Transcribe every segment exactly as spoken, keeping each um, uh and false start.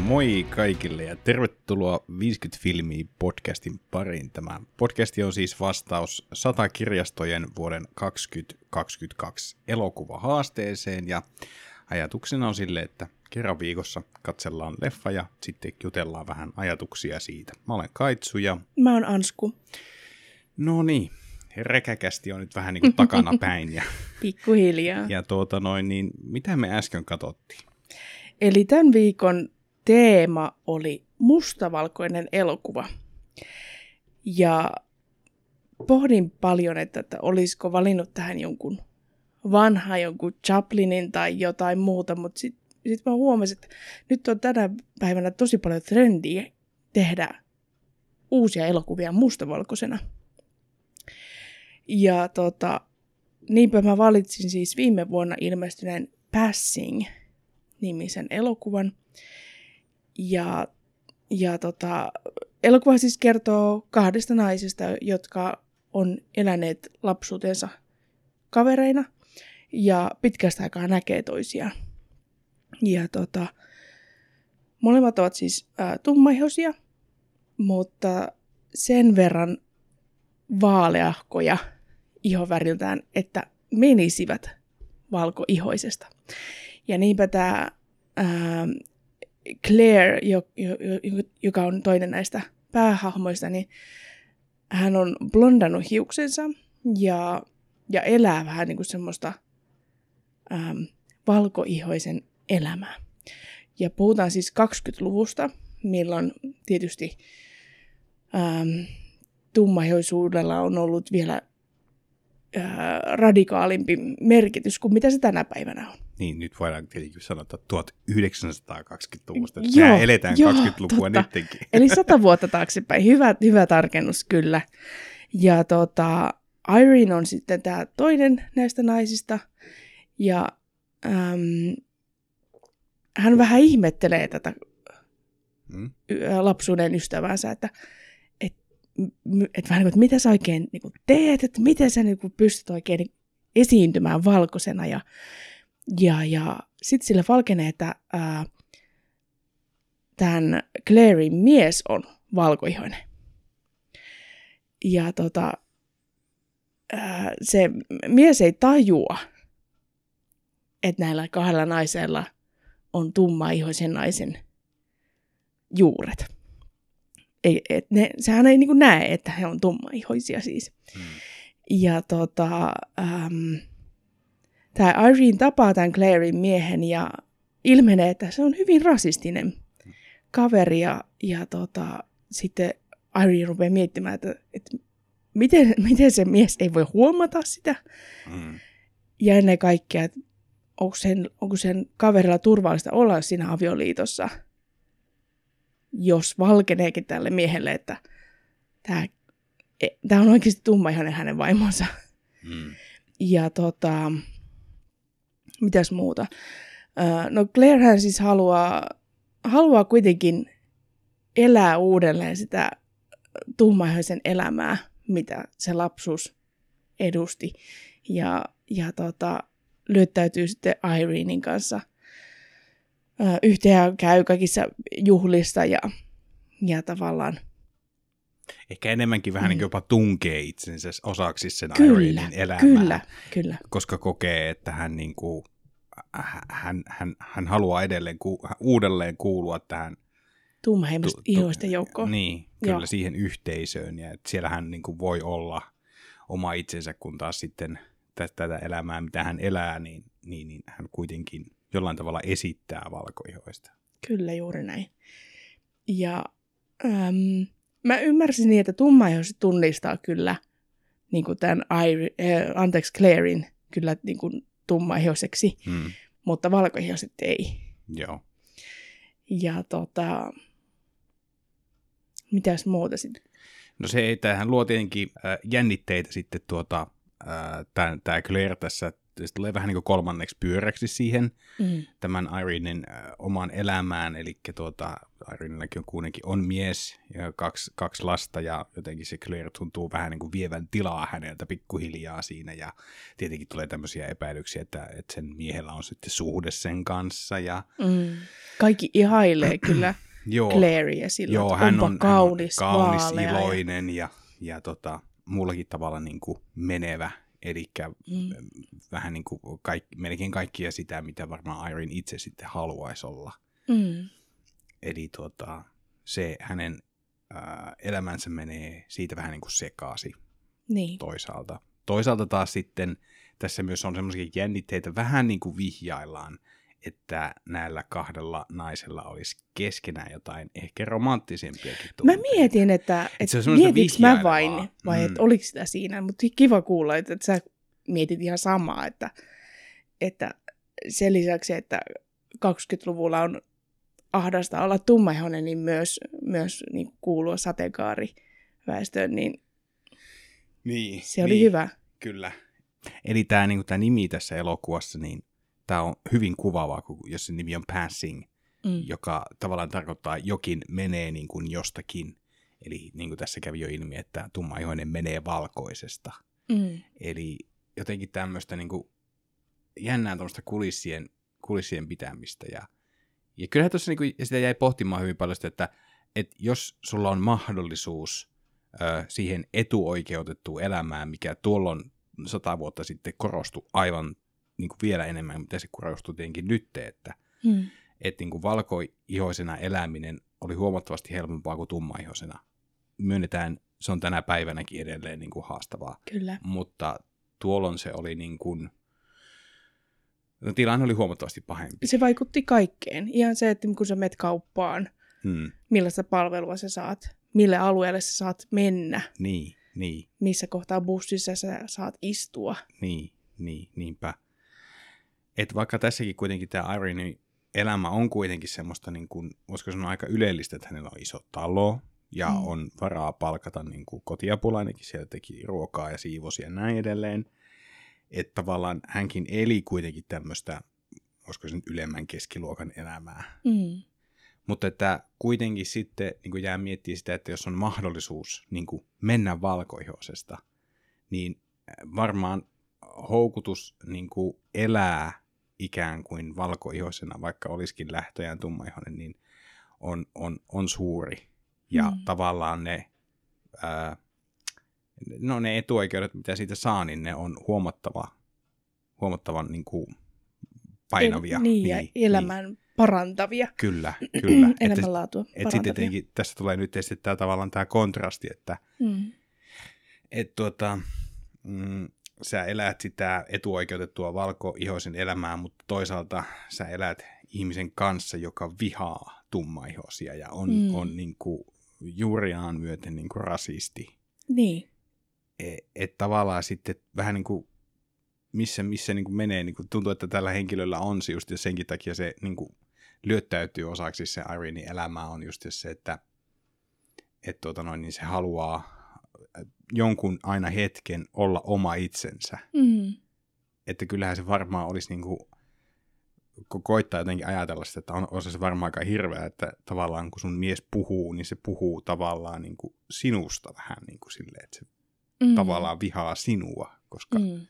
Moi kaikille ja tervetuloa viisikymmentä filmiä podcastin pariin. Tämä podcasti on siis vastaus sata kirjastojen vuoden kaksituhattakaksikymmentäkaksi elokuvahaasteeseen ja ajatuksena on sille, että kerran viikossa katsellaan leffa ja sitten jutellaan vähän ajatuksia siitä. Mä olen Kaitsu ja... Mä oon Ansku. No niin, rekäkästi on nyt vähän niin kuin takana päin. Ja, pikkuhiljaa. Ja tuota noin, niin mitä me äsken katsottiin? Eli tämän viikon teema oli mustavalkoinen elokuva. Ja pohdin paljon, että, että olisiko valinnut tähän jonkun vanha, jonkun Chaplinin tai jotain muuta, mutta sitten sit mä huomasin, että nyt on tänä päivänä tosi paljon trendiä tehdä uusia elokuvia mustavalkoisena. Ja tota, niinpä mä valitsin siis viime vuonna ilmestyneen Passing-nimisen elokuvan. Ja, ja tota, elokuva siis kertoo kahdesta naisesta, jotka on eläneet lapsuutensa kavereina ja pitkästä aikaa näkee toisiaan. Ja tota, molemmat ovat siis ää, tummaihoisia, mutta sen verran vaaleahkoja ihoväriltään, että menisivät valkoihoisesta. Ja niinpä tämä Claire, jo, jo, joka on toinen näistä päähahmoista, niin hän on blondannut hiuksensa ja, ja elää vähän niin kuin semmoista äm, valkoihoisen elämää. Ja puhutaan siis kaksikymmentäluvusta, milloin tietysti äm, tummaihoisuudella on ollut vielä ää, radikaalimpi merkitys kuin mitä se tänä päivänä on. Niin, nyt voidaan tietenkin sanoa, että tuhatyhdeksänsataakaksikymmentäluvusta. Joo, Mehän eletään joo, kaksikymmentälukua totta. nytkin. Eli sata vuotta taaksepäin. Hyvä, hyvä tarkennus kyllä. Ja tota, Irene on sitten tämä toinen näistä naisista. Ja äm, hän vähän ihmettelee tätä hmm? lapsuuden ystävänsä, että et, et vähän niin kuin, että mitä sä oikein niin kuin teet, että miten sä niin kuin pystyt oikein esiintymään valkoisena. Ja Ja, ja sitten sille valkenee, että ää, tämän Clairen mies on valkoihoinen. Ja tota, ää, se mies ei tajua, että näillä kahdella naisella on tummaihoisen naisen juuret. Ei, et ne, sehän ei niinku näe, että he on tummaihoisia siis. Hmm. Ja tota... Ähm, Tämä Irene tapaa tämän Clairen miehen ja ilmenee, että se on hyvin rasistinen kaveri. Ja, ja tota, sitten Irene rupeaa miettimään, että, että miten, miten se mies ei voi huomata sitä. Mm. Ja ennen kaikkea, että onko sen, onko sen kaverilla turvallista olla siinä avioliitossa, jos valkeneekin tälle miehelle, että tämä, tämä on oikeasti tummaihoinen hänen vaimonsa. Mm. Ja tota... Mitäs muuta? No Claire hän siis haluaa, haluaa kuitenkin elää uudelleen sitä tummaihoisen elämää, mitä se lapsuus edusti. Ja, ja tota, lyöttäytyy sitten Irenein kanssa yhteen ja käy kaikissa juhlissa ja, ja tavallaan... Ehkä enemmänkin vähän mm. niin kuin jopa tunkee itsensä osaksi sen kyllä, Irenein elämää. Kyllä, kyllä. Koska kokee, että hän, niin kuin, hän, hän, hän haluaa edelleen ku, uudelleen kuulua tähän tummaihoisten ihoisten joukkoon. Niin, kyllä Joo. siihen yhteisöön. Ja että siellä hän niin kuin voi olla oma itsensä, kun taas sitten tätä elämää, mitä hän elää, niin, niin, niin hän kuitenkin jollain tavalla esittää valkoihoista. Kyllä, juuri näin. Ja... Äm, Mä ymmärsin niin, että tummaihoiset tunnistaa kyllä niin kuin tämän Iri, äh, anteeksi, Clairen kyllä niin kuin tummaihoiseksi, hmm. mutta valkoihoiset ei. Joo. Ja tota, mitäs muuta sitten? No se, että hän luo tietenkin äh, jännitteitä sitten tuota, äh, tämä Claire tässä se tulee vähän niin kuin kolmanneksi pyöräksi siihen Mm. tämän Irenein äh, omaan elämään, eli tuota, Irenelläkin on kuitenkin on mies ja kaksi, kaksi lasta, ja jotenkin se Claire tuntuu vähän niin kuin vievän tilaa häneltä pikkuhiljaa siinä, ja tietenkin tulee tämmöisiä epäilyksiä, että, että sen miehellä on sitten suhde sen kanssa, ja Mm. Kaikki ihailee kyllä joo, Clairea sillä, joo, että hän onpa on kaunis, hän on kaunis, vaalea iloinen ja, ja tota, muullakin tavalla niin kuin menevä, eli Mm. vähän niin kuin kaikki, melkein kaikkia sitä, mitä varmaan Irene itse sitten haluaisi olla. Mm. Eli tuota, se hänen ää, elämänsä menee siitä vähän niin kuin sekaisin Niin. toisaalta. Toisaalta taas sitten tässä myös on semmoisia jännitteitä, vähän niin kuin vihjaillaan, että näillä kahdella naisella olisi keskenään jotain ehkä romanttisempiakin Mä tunteita. mietin, että, se että on semmoista mietinkö mä vihjailevaa. vain, vai Mm. että oliko sitä siinä, mutta kiva kuulla, että, että sä mietit ihan samaa, että, että sen lisäksi, että kaksikymmentäluvulla on ahdasta olla tummaihoinen, niin myös, myös niin kuulua sateenkaariväestöön, niin Niin, se oli niin, hyvä. Kyllä. Eli tämä niinku, tää nimi tässä elokuvassa, niin tämä on hyvin kuvaavaa, kun, jos se nimi on Passing, Mm. joka tavallaan tarkoittaa jokin menee niin kuin jostakin. Eli niin kuin tässä kävi jo ilmi, että tummaihoinen menee valkoisesta. Mm. Eli jotenkin tämmöistä niin kuin jännää tuommoista kulissien, kulissien pitämistä. Ja, ja kyllähän tuossa niin kuin, ja sitä jäi pohtimaan hyvin paljon sitä, että, että jos sulla on mahdollisuus ö, siihen etuoikeutettuun elämään, mikä tuolloin sata vuotta sitten korostui aivan niin kuin vielä enemmän, mitä se korostui tietenkin nyt, että Mm. että niin kuin valkoihoisena eläminen oli huomattavasti helpompaa kuin tummaihoisena. Myönnetään, se on tänä päivänäkin edelleen niin kuin haastavaa. Kyllä. Mutta tuolloin se oli niin kuin, no, tilanne oli huomattavasti pahempi. Se vaikutti kaikkeen. Ihan se, että kun sä menet kauppaan, Hmm. millaista palvelua sä saat, mille alueelle sä saat mennä, Niin, niin, missä kohtaa bussissa sä saat istua. niin, niin, niinpä. Että vaikka tässäkin kuitenkin tämä Irenein elämä on kuitenkin semmoista, niin kuin, voisiko sanoa aika ylellistä, että hänellä on iso talo ja Mm. on varaa palkata niin kuin kotiapulainenkin, siellä teki ruokaa ja siivosi ja näin edelleen. Että tavallaan hänkin eli kuitenkin tämmöistä, voisiko se nyt ylemmän keskiluokan elämää. Mm. Mutta että kuitenkin sitten niin kuin jää miettimään sitä, että jos on mahdollisuus niin kuin mennä valkoihoisesta, niin varmaan houkutus niin kuin elää ikään kuin valkoihoisena, vaikka olisikin lähtöjään tummaihoinen, niin on, on, on suuri. Ja Mm. tavallaan ne, ää, no ne etuoikeudet, mitä siitä saa, niin ne on huomattava, huomattavan niin kuin painavia. El- niin, ja elämän niin. parantavia. Kyllä, kyllä. Elämänlaatua että, että sitten tietenkin tässä tulee nyt sitten tämä tavallaan tämä kontrasti, että Mm. et tuota, mm, sä elät sitä etuoikeutettua valkoihoisen elämää, mutta toisaalta sä elät ihmisen kanssa, joka vihaa tummaihoisia ja on, Mm. on niin kuin juuriaan myöten niin kuin rasisti. Niin. Että et tavallaan sitten vähän niin kuin missä, missä niin kuin menee, niin kuin tuntuu, että tällä henkilöllä on se just, ja senkin takia se niin kuin lyöttäytyy osaksi se Irenein elämää on just se, että et tuota noin, niin se haluaa jonkun aina hetken olla oma itsensä. Mm. Että kyllähän se varmaan olisi niin kuin, kun koittaa jotenkin ajatella sitä, että on, on se varmaan aika hirveä, että tavallaan kun sun mies puhuu, niin se puhuu tavallaan niin kuin sinusta vähän niin kuin silleen, että se Mm. tavallaan vihaa sinua, koska Mm.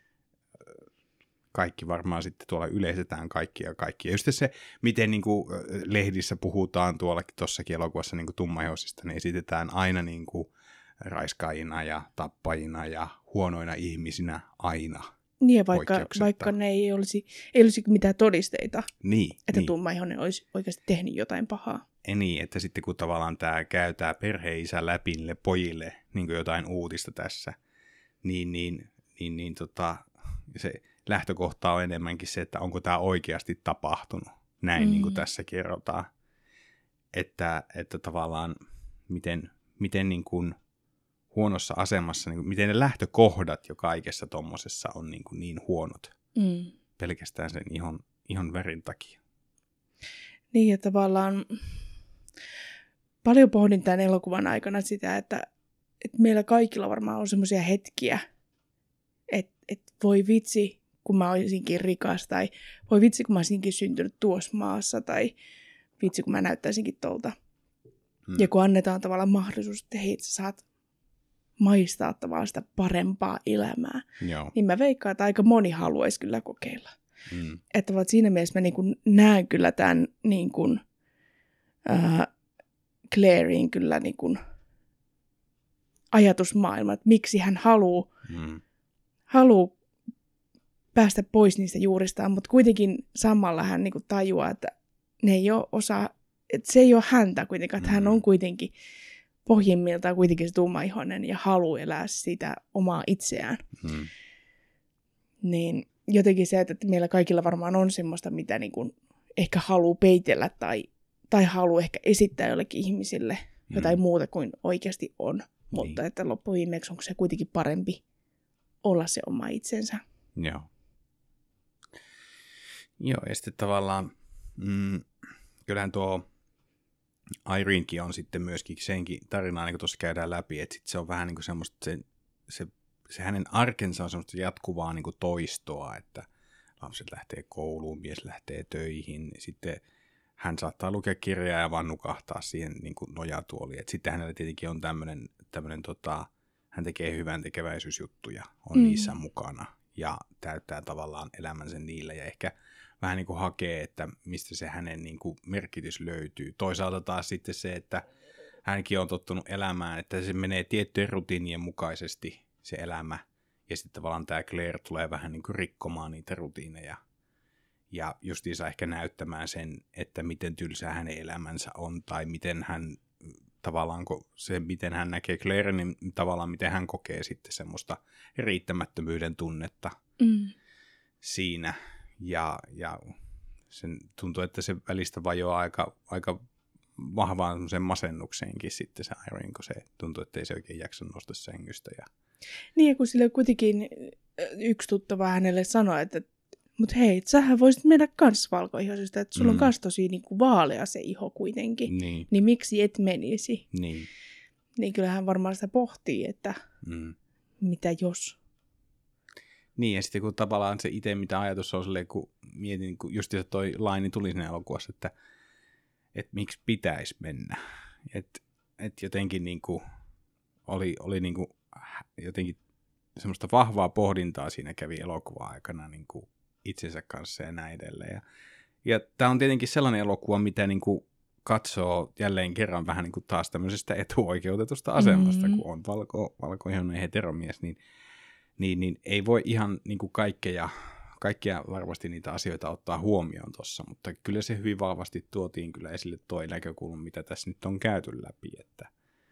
kaikki varmaan sitten tuolla yleisetään kaikkia ja kaikkia. Ja just se, miten niin kuin lehdissä puhutaan tuollakin tuossakin elokuvassa niin kuin tummaihoisista, niin esitetään aina niin kuin raiskaajina ja tappajina ja huonoina ihmisinä aina. Niin, ja vaikka, poikkeuksetta. vaikka ne ei olisi, ei olisi mitään todisteita, Niin, että niin. tummaihoinen olisi oikeasti tehnyt jotain pahaa. Ja niin, että sitten kun tavallaan tämä käy tämä perheisä läpi niille pojille niin kuin jotain uutista tässä, niin, niin, niin, niin tota, se lähtökohta on enemmänkin se, että onko tämä oikeasti tapahtunut. Näin mm. niin kuin tässä kerrotaan. Että, että tavallaan miten, miten niin kuin huonossa asemassa, niin kuin, miten ne lähtökohdat jo kaikessa tommosessa on niin, kuin niin huonot. Mm. Pelkästään sen ihon, ihon värin takia. Niin, ja tavallaan paljon pohdin tämän elokuvan aikana sitä, että, että meillä kaikilla varmaan on semmoisia hetkiä, että, että voi vitsi, kun mä olisinkin rikas, tai voi vitsi, kun mä olisinkin syntynyt tuossa maassa, tai vitsi, kun mä näyttäisinkin tolta. Hmm. Ja kun annetaan tavallaan mahdollisuus, että hei, sä saat maistaa tavallaan sitä parempaa elämää, Joo. niin mä veikkaan, että aika moni haluaisi kyllä kokeilla. Hmm. Että siinä mielessä mä niin kuin näen kyllä tämän niin kuin, äh, Clairin kyllä niin kuin ajatusmaailma, että miksi hän haluaa hmm. haluu päästä pois niistä juuristaan, mutta kuitenkin samalla hän niin kuin tajuaa, että ne ei ole osa, että se ei ole häntä kuitenkaan, että hmm. hän on kuitenkin pohjimmiltaan kuitenkin se tummaihoinen ja haluaa elää sitä omaa itseään. Hmm. Niin jotenkin se, että meillä kaikilla varmaan on semmoista, mitä niin kuin ehkä haluaa peitellä tai, tai haluaa ehkä esittää jollekin ihmisille jotain hmm. muuta kuin oikeasti on. Niin. Mutta että loppuviimeksi onko se kuitenkin parempi olla se oma itsensä. Joo. Joo, ja sitten tavallaan mm, kyllähän tuo Irenekin on sitten myöskin senkin tarinaa, niin kuin tuossa käydään läpi, että sit se on vähän niin kuin semmoista, se, se, se hänen arkensa on semmoista jatkuvaa niin kuin toistoa, että lapset lähtee kouluun, mies lähtee töihin, sitten hän saattaa lukea kirjaa ja vaan nukahtaa siihen niin kuin nojatuoliin. Et sitten hänellä tietenkin on tämmöinen, tämmöinen tota, hän tekee hyvän tekeväisyysjuttuja, on mm. niissä mukana ja täyttää tavallaan elämänsä niillä ja ehkä vähän niin kuin hakee, että mistä se hänen niin kuin merkitys löytyy. Toisaalta taas sitten se, että hänkin on tottunut elämään, että se menee tiettyjen rutiinien mukaisesti se elämä ja sitten tavallaan tämä Claire tulee vähän niin kuin rikkomaan niitä rutiineja. Ja justiinsa ehkä näyttämään sen, että miten tylsää hänen elämänsä on, tai miten hän tavallaan, se miten hän näkee Clairen, niin tavallaan miten hän kokee sitten semmoista riittämättömyyden tunnetta mm. siinä. Ja, ja sen tuntuu, että se välistä vajoaa aika, aika vahvaan semmoiseen masennukseenkin sitten se Irene, kun se tuntuu, että ei se oikein jaksa nousta sängystä. Ja... Niin, ja kun sille kuitenkin yksi tuttava hänelle sanoi, että mutta hei, sähän voisit mennä kans valkoihoisesta, että sulla mm. on kans tosi niinku vaalea se iho kuitenkin. Niin. Niin miksi et menisi? Niin. Niin kyllähän varmaan sitä pohtii, että mm. mitä jos. Niin, ja sitten kun tavallaan se itse, mitä ajatus on silleen, kun mietin, kun just se toi laini tuli sinne elokuvassa, että, että miksi pitäisi mennä. Että et jotenkin niinku oli, oli niinku jotenkin semmoista vahvaa pohdintaa siinä kävi elokuva-aikana niinku itsensä kanssa ja näin edelleen. Ja, ja tämä on tietenkin sellainen elokuva, mitä niinku katsoo jälleen kerran vähän niinku taas tämmöisestä etuoikeutetusta asemasta, mm-hmm. kun on valko, valkoihoinen heteromies, niin, niin, niin ei voi ihan niinku kaikkea, kaikkia varmasti niitä asioita ottaa huomioon tuossa, mutta kyllä se hyvin vahvasti tuotiin kyllä esille tuo näkökulma, mitä tässä nyt on käyty läpi, että,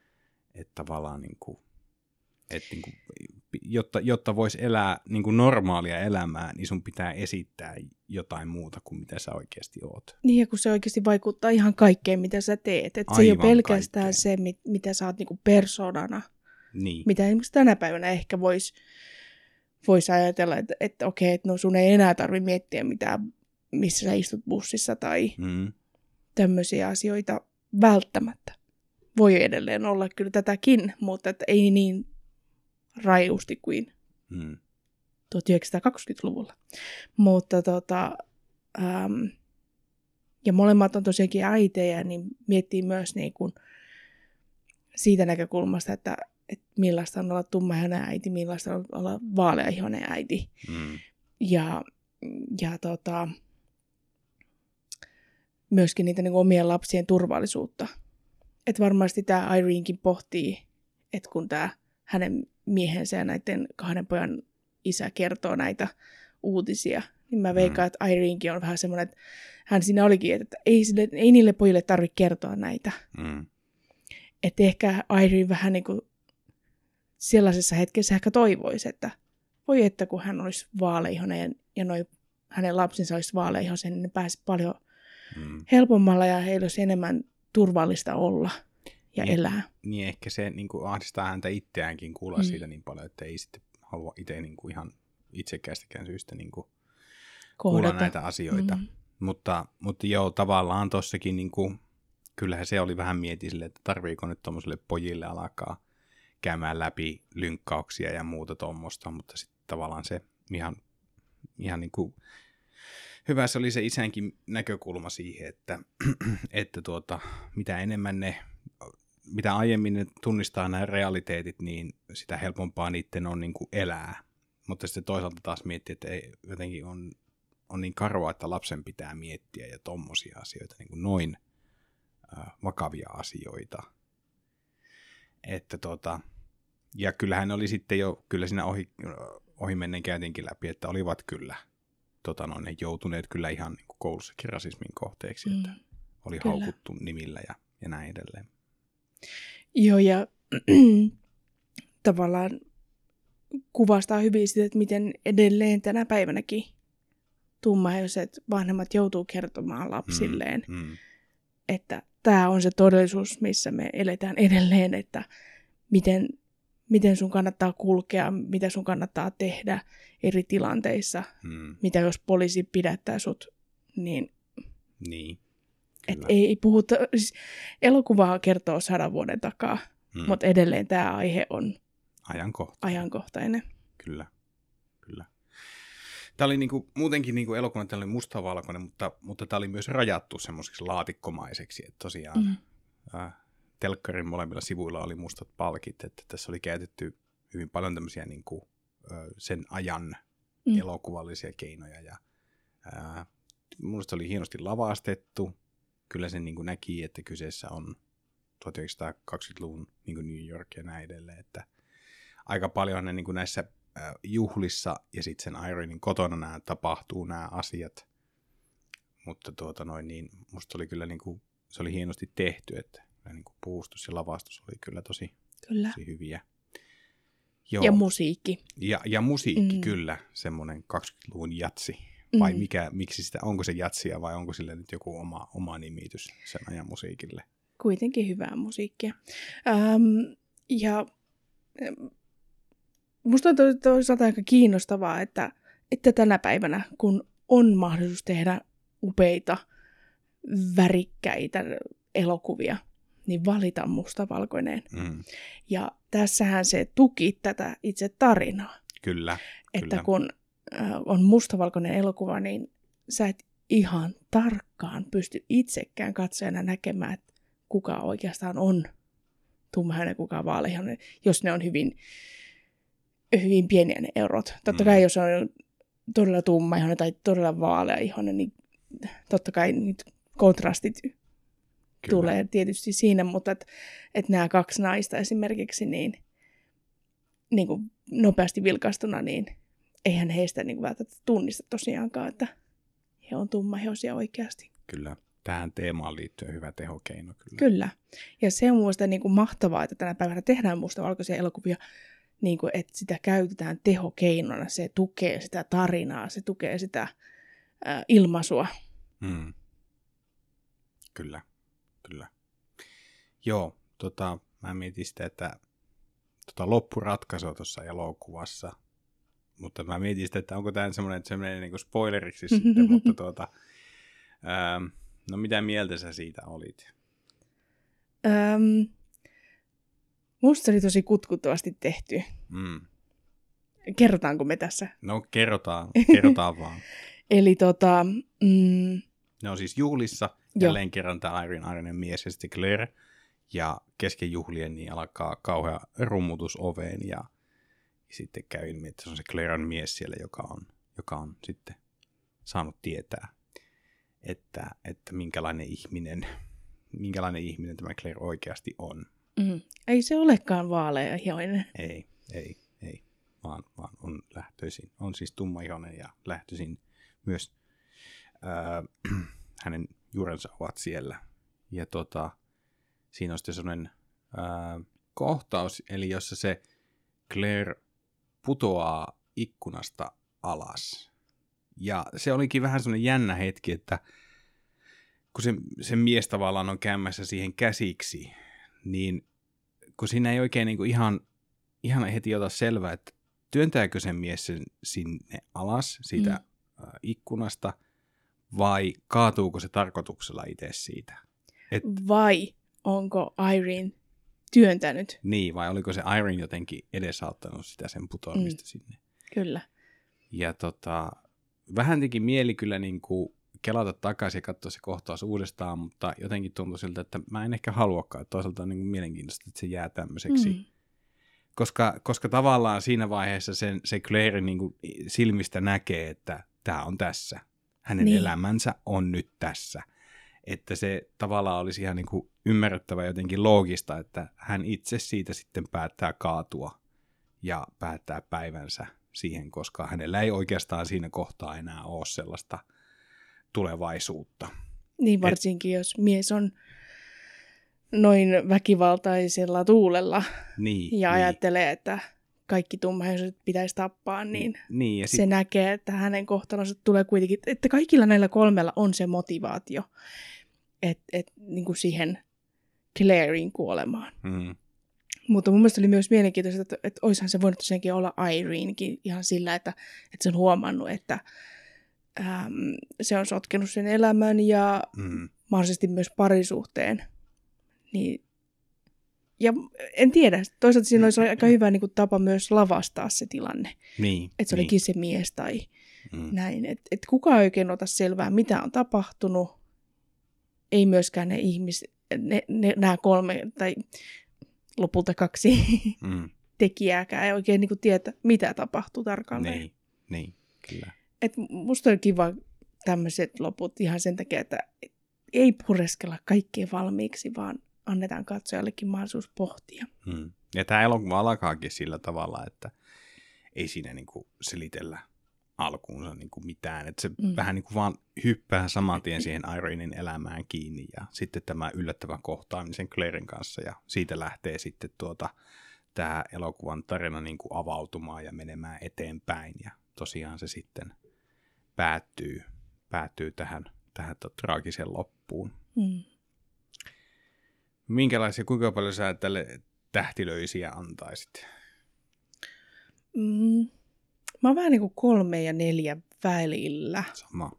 että tavallaan niinku että niin kuin, jotta, jotta voisi elää niin kuin normaalia elämää, niin sun pitää esittää jotain muuta kuin mitä sä oikeasti oot. Niin, ja kun se oikeasti vaikuttaa ihan kaikkeen, mitä sä teet. Että se ei ole pelkästään kaikkeen. Se, mit, mitä sä oot niin kuin persoonana. Niin. Mitä esimerkiksi tänä päivänä ehkä voisi vois ajatella, että, että okei, että no sun ei enää tarvitse miettiä mitään, missä sä istut bussissa tai mm. tämmöisiä asioita välttämättä. Voi edelleen olla kyllä tätäkin, mutta että ei niin rajusti kuin hmm. tuhatyhdeksänsataakaksikymmentäluvulla. Mutta tota, äm, ja molemmat on tosiaankin äitejä, niin miettii myös niin kuin siitä näkökulmasta, että, että millaista on olla tummaihoinen äiti, millaista on olla vaaleaihoinen äiti. Hmm. Ja, ja tota, myöskin niitä niin kuin omien lapsien turvallisuutta. Että varmasti tämä Irenekin pohtii, että kun tämä hänen miehensä ja näiden kahden pojan isä kertoo näitä uutisia, niin mä veikkaan, mm. että Irenekin on vähän semmoinen, että hän siinä olikin, että ei, sille, ei niille pojille tarvitse kertoa näitä. Mm. Että ehkä Irene vähän niin kuin sellaisessa hetkessä ehkä toivoisi, että voi että kun hän olisi vaaleihoinen ja noi, hänen lapsensa olisi vaaleihoisen, niin ne pääsisi paljon mm. helpommalla ja heillä olisi enemmän turvallista olla ja niin, elää. Niin ehkä se niin kuin ahdistaa häntä itseäänkin kuulla mm. siitä niin paljon, että ei sitten halua itse niin kuin ihan itsekästäkään syystä niin kuin kuulla näitä asioita. Mm. Mutta, mutta joo, tavallaan tossakin niin kuin, kyllähän se oli vähän mieti sille, että tarviiko nyt tommoselle pojille alkaa käymään läpi lynkkauksia ja muuta tuommoista, mutta sitten tavallaan se ihan ihan niin kuin hyvä se oli se isänkin näkökulma siihen, että, että tuota, mitä enemmän ne, mitä aiemmin ne tunnistaa nämä realiteetit, niin sitä helpompaa niiden on niin kuin elää. Mutta sitten toisaalta taas miettii, että ei, jotenkin on, on niin karua, että lapsen pitää miettiä ja tommosia asioita, niin kuin noin äh, vakavia asioita. Että tota, ja kyllähän oli sitten jo, kyllä siinä ohi, ohi mennen käytiinkin läpi, että olivat kyllä tota noin, ne joutuneet kyllä ihan niin kuin koulussakin rasismin kohteeksi, mm, että oli kyllä haukuttu nimillä ja, ja näin edelleen. Joo, ja tavallaan kuvastaa hyvin sitä, että miten edelleen tänä päivänäkin tummaihoiset vanhemmat joutuu kertomaan lapsilleen, mm, mm. että tämä on se todellisuus, missä me eletään edelleen, että miten, miten sun kannattaa kulkea, mitä sun kannattaa tehdä eri tilanteissa, mm. mitä jos poliisi pidättää sut, niin, niin et ei, ei puhuta, siis elokuvaa kertoo sadan vuoden takaa, mm. mutta edelleen tämä aihe on ajankohtainen. ajankohtainen. Kyllä, kyllä. Tämä oli niinku, muutenkin niinku elokuva, tämä oli mustavalkoinen, mutta, mutta tämä oli myös rajattu semmoiseksi laatikkomaiseksi, että tosiaan mm. äh, telkkarin molemmilla sivuilla oli mustat palkit, että tässä oli käytetty hyvin paljon tämmöisiä niinku, äh, sen ajan mm. elokuvallisia keinoja, ja äh, minusta oli hienosti lavastettu, kyllä sen niinku näki, että kyseessä on tuhatyhdeksänsataakaksikymmentäluvun niinku New York ja näin edelleen, että aika paljon ne niinku näissä juhlissa ja sitten sen Irenin kotona nämä tapahtuu nämä asiat, mutta tuota noin niin, musta oli kyllä niinku, se oli hienosti tehty, että niinku puustus ja lavastus oli kyllä tosi, kyllä. tosi hyviä. Joo. Ja musiikki. Ja, ja musiikki mm. kyllä, semmoinen kaksikymmentäluvun jatsi, vai mm. mikä, miksi sitä, onko se jatsia vai onko sille nyt joku oma, oma nimitys sen ajan musiikille? Kuitenkin hyvää musiikkia. Ähm, ja musta on toisaalta aika kiinnostavaa, että, että tänä päivänä, kun on mahdollisuus tehdä upeita, värikkäitä elokuvia, niin valitaan mustavalkoinen. Mm. Ja tässähän se tuki tätä itse tarinaa. Kyllä. Että kyllä. kun äh, on mustavalkoinen elokuva, niin sä et ihan tarkkaan pysty itsekään katsojana näkemään, että kuka oikeastaan on tummaihoinen, kuka on vaaleahihoinen, jos ne on hyvin, hyvin pieniä ne erot. Totta mm. kai jos on todella tummaihoinen tai todella vaaleahihoinen, niin totta kai nyt kontrastit Kyllä. tulee tietysti siinä, mutta että et nämä kaksi naista esimerkiksi niin, niin kuin nopeasti vilkastuna, niin eihän heistä niin kuin välttämättä tunnista tosiaankaan, että he on tummaihoisia oikeasti. Kyllä. Tähän teemaan liittyen hyvä tehokeino. Kyllä. Kyllä. Ja se on mielestäni niin kuin mahtavaa, että tänä päivänä tehdään mustavalkoisia elokuvia, niin kuin, että sitä käytetään tehokeinona. Se tukee sitä tarinaa, se tukee sitä ää, ilmaisua. Hmm. Kyllä, kyllä. Joo, tota, mä mietin sitä, että tota, loppuratkaisu tuossa elokuvassa, mutta mä mietin sitä, että onko tämä semmoinen, että se menee niin kuin spoileriksi sitten, mutta tuota... Ää, No mitä mieltä sä siitä olit? Öm, musta se oli tosi kutkuttavasti tehty. Mm. Kerrotaanko me tässä? No kerrotaan, kerrotaan vaan. Eli tota... Mm, ne on siis juhlissa, jälleen jo. kerran tämä Irene Irenen mies ja sitten Claire. Ja kesken juhlien niin alkaa kauhea rummutus oveen ja, ja sitten käy ilmi, että se on se Clairen mies siellä, joka on, joka on sitten saanut tietää. Että, että minkälainen ihminen, minkälainen ihminen tämä Claire oikeasti on. Mm. Ei se olekaan vaaleahihoinen. Ei, ei, ei, vaan, vaan on lähtöisin. On siis tummaihoinen ja lähtöisin myös ää, hänen juurensa ovat siellä. Ja tota, siinä on sitten sellainen ää, kohtaus, eli jossa se Claire putoaa ikkunasta alas. Ja se olikin vähän sellainen jännä hetki, että kun se, se mies tavallaan on käymässä siihen käsiksi, niin kun siinä ei oikein niin kuin ihan, ihan heti ota selvää, että työntääkö se mies sen sinne alas siitä mm. ikkunasta, vai kaatuuko se tarkoituksella itse siitä? Et, vai onko Irene työntänyt? Niin, vai oliko se Irene jotenkin edesauttanut sitä sen putoamista mm. sinne? Kyllä. Ja tota... vähän teki mieli kyllä niin kuin kelata takaisin ja katsoa se kohtaus uudestaan, mutta jotenkin tuntui siltä, että mä en ehkä haluakaan. Toisaalta on niin kuin mielenkiintoista, että se jää tämmöiseksi. Mm. Koska, koska tavallaan siinä vaiheessa sen, se Claire niin kuin silmistä näkee, että tämä on tässä. Hänen niin. elämänsä on nyt tässä. Että se tavallaan olisi ihan niin kuin ymmärrettävä jotenkin loogista, että hän itse siitä sitten päättää kaatua ja päättää päivänsä siihen, koska hänellä ei oikeastaan siinä kohtaa enää ole sellaista tulevaisuutta. Niin varsinkin, Et, jos mies on noin väkivaltaisella tuulella niin, ja niin. ajattelee, että kaikki tummaiset pitäisi tappaa, niin, niin ja se sit... näkee, että hänen kohtalonsa tulee kuitenkin, että kaikilla näillä kolmella on se motivaatio, että et, niin kuin siihen Clairen kuolemaan. Mm. Mutta mun mielestä oli myös mielenkiintoista, että, että olisihan se voinut tosiaankin olla Irenekin ihan sillä, että, että se on huomannut, että äm, se on sotkenut sen elämän ja mm. mahdollisesti myös parisuhteen. Niin, ja en tiedä, toisaalta siinä olisi aika hyvä niin kuin, tapa myös lavastaa se tilanne. Niin, että se niin. olikin se mies tai mm. näin. Että et kukaan ei oikein ota selvää, mitä on tapahtunut. Ei myöskään ne ihmiset, ne, ne, nämä kolme tai lopulta kaksi mm. tekijääkään ei oikein niin kuin tiedä, mitä tapahtuu tarkalleen. Niin, niin, kyllä. Et musta on kiva tämmöiset loput ihan sen takia, että ei pureskella kaikkea valmiiksi, vaan annetaan katsojallekin mahdollisuus pohtia. Mm. Ja tämä elokuva alkaakin sillä tavalla, että ei siinä niinku selitellä alkuunsa niinku mitään. Että se mm. vähän niinku vaan hyppää saman tien siihen Irenein elämään kiinni ja sitten tämä yllättävä kohtaamisen Clairen kanssa ja siitä lähtee sitten tuota, tämä elokuvan tarina niinku avautumaan ja menemään eteenpäin ja tosiaan se sitten päättyy, päättyy tähän, tähän traagiseen loppuun. Mm. Minkälaisia, kuinka paljon sä tälle tähtilöisiä antaisit? Mm, mä oon vähän niin kuin kolme ja neljä välillä. Sama.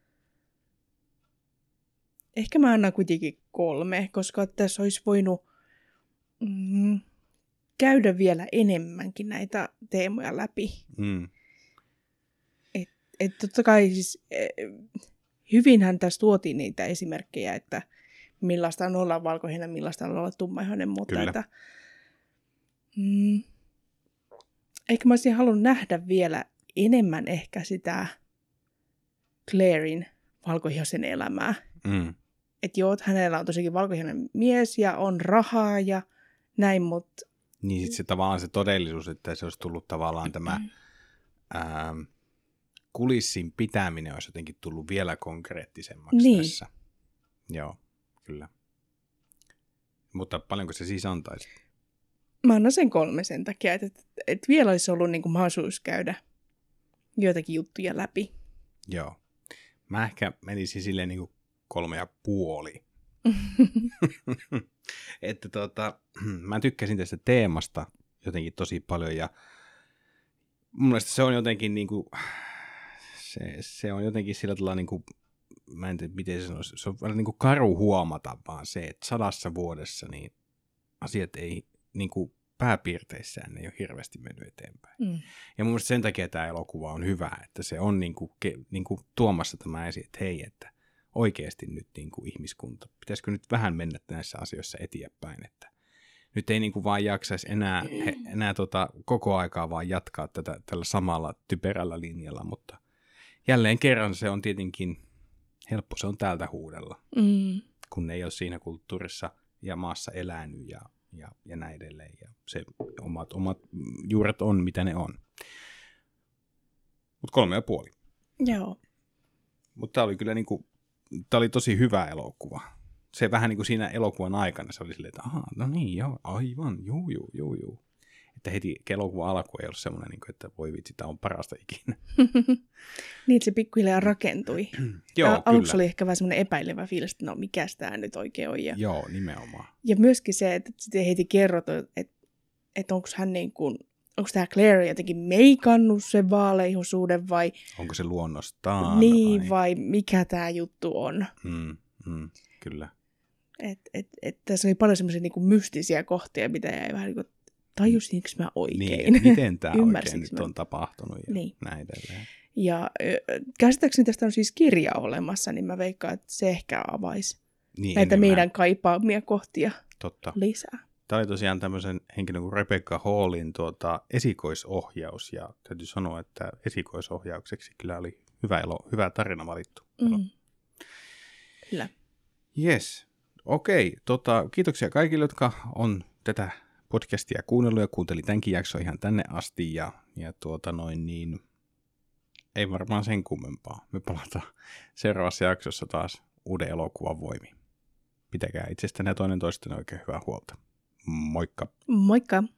Ehkä mä annan kuitenkin kolme, koska tässä olisi voinut mm, käydä vielä enemmänkin näitä teemoja läpi. Mm. Et, et totta kai siis eh, hyvinhän tässä tuotiin niitä esimerkkejä, että millaista on olla valkoinen, millaista on olla tummaihoinen, mutta että, mm, ehkä mä olisin halunnut nähdä vielä enemmän ehkä sitä Clairen valkoihoisen elämää. Mm. Että joo, että hänellä on tosiaankin valkoihoinen mies ja on rahaa ja näin, mutta... Niin sitten se tavallaan se todellisuus, että se olisi tullut tavallaan tämä ää, kulissin pitäminen olisi jotenkin tullut vielä konkreettisemmaksi niin. tässä. Joo. Kyllä. Mutta paljonko se siis antaisi? Mä annan sen kolme sen takia, että, että, että vielä olisi ollut niin kuin mahdollisuus käydä joitakin juttuja läpi. Joo. Mä ehkä menisin silleen niin kuin kolme ja puoli. että tota, mä tykkäsin tästä teemasta jotenkin tosi paljon ja mun mielestä se on jotenkin niin kuin, se, se on jotenkin sillä tavalla niin kuin mä en tiedä, miten se sanoisi. Se on vähän niin kuin karu huomata vaan se, että sadassa vuodessa niin asiat ei niin kuin pääpiirteissään ne ei ole hirveästi mennyt eteenpäin. Mm. Ja mun mielestä sen takia tämä elokuva on hyvä, että se on niin kuin, niin kuin tuomassa tämä esiin, että hei, että oikeasti nyt niin kuin ihmiskunta, pitäisikö nyt vähän mennä näissä asioissa eteenpäin, että nyt ei niin kuin vaan jaksaisi enää, he, enää tota, koko aikaa vaan jatkaa tätä tällä samalla typerällä linjalla, mutta jälleen kerran se on tietenkin helppo se on täältä huudella, mm. kun ei ole siinä kulttuurissa ja maassa elänyt ja, ja, ja näin edelleen. Ja se omat, omat juuret on, mitä ne on. Mutta kolme ja puoli. Joo. Mutta tämä oli kyllä niinku, tämä oli tosi hyvä elokuva. Se vähän niin kuin siinä elokuvan aikana se oli silleen, että aha, no niin, joo, aivan, juu, juu, juu, juu. Että heti elokuvan alku ei ollut semmoinen, että voi vitsi, tämä on parasta ikinä. Niin, että se pikkuhiljaa rakentui. Joo, Al- aluksi oli ehkä vähän semmoinen epäilevä fiilis, että no mikäs tämä nyt oikein on. Ja, joo, nimenomaan. Ja myöskin se, että sitten heti kerrot, että, että onko hän niin kuin, onko tämä Claire jotenkin meikannut sen vaaleihoisuuden vai... Onko se luonnostaan? Niin, vai, vai mikä tämä juttu on. Mm, mm, kyllä. Että et, et, tässä oli paljon semmoisia niin kuin mystisiä kohtia, mitä jäi vähän niin kuin, tajusinko mä oikein? Niin, miten tämä oikein nyt on tapahtunut ja niin. näin edelleen. Ja käsittääkseni tästä on siis kirja olemassa, niin mä veikkaan, että se ehkä avaisi niin, näitä enemmän. meidän kaipaamia kohtia Totta. lisää. Tämä oli tosiaan tämmöisen henkilön kuin Rebecca Hallin tuota, esikoisohjaus, ja täytyy sanoa, että esikoisohjaukseksi kyllä oli hyvä, elo, hyvä tarina valittu. Mm. Kyllä. Yes, okei. Tota, kiitoksia kaikille, jotka on tätä podcastia kuunnellut ja kuunteli tämänkin jakson ihan tänne asti, ja, ja tuota noin niin, ei varmaan sen kummempaa. Me palataan seuraavassa jaksossa taas uuden elokuvan voimiin. Pitäkää itsestänne ja toinen toisten oikein hyvää huolta. Moikka! Moikka!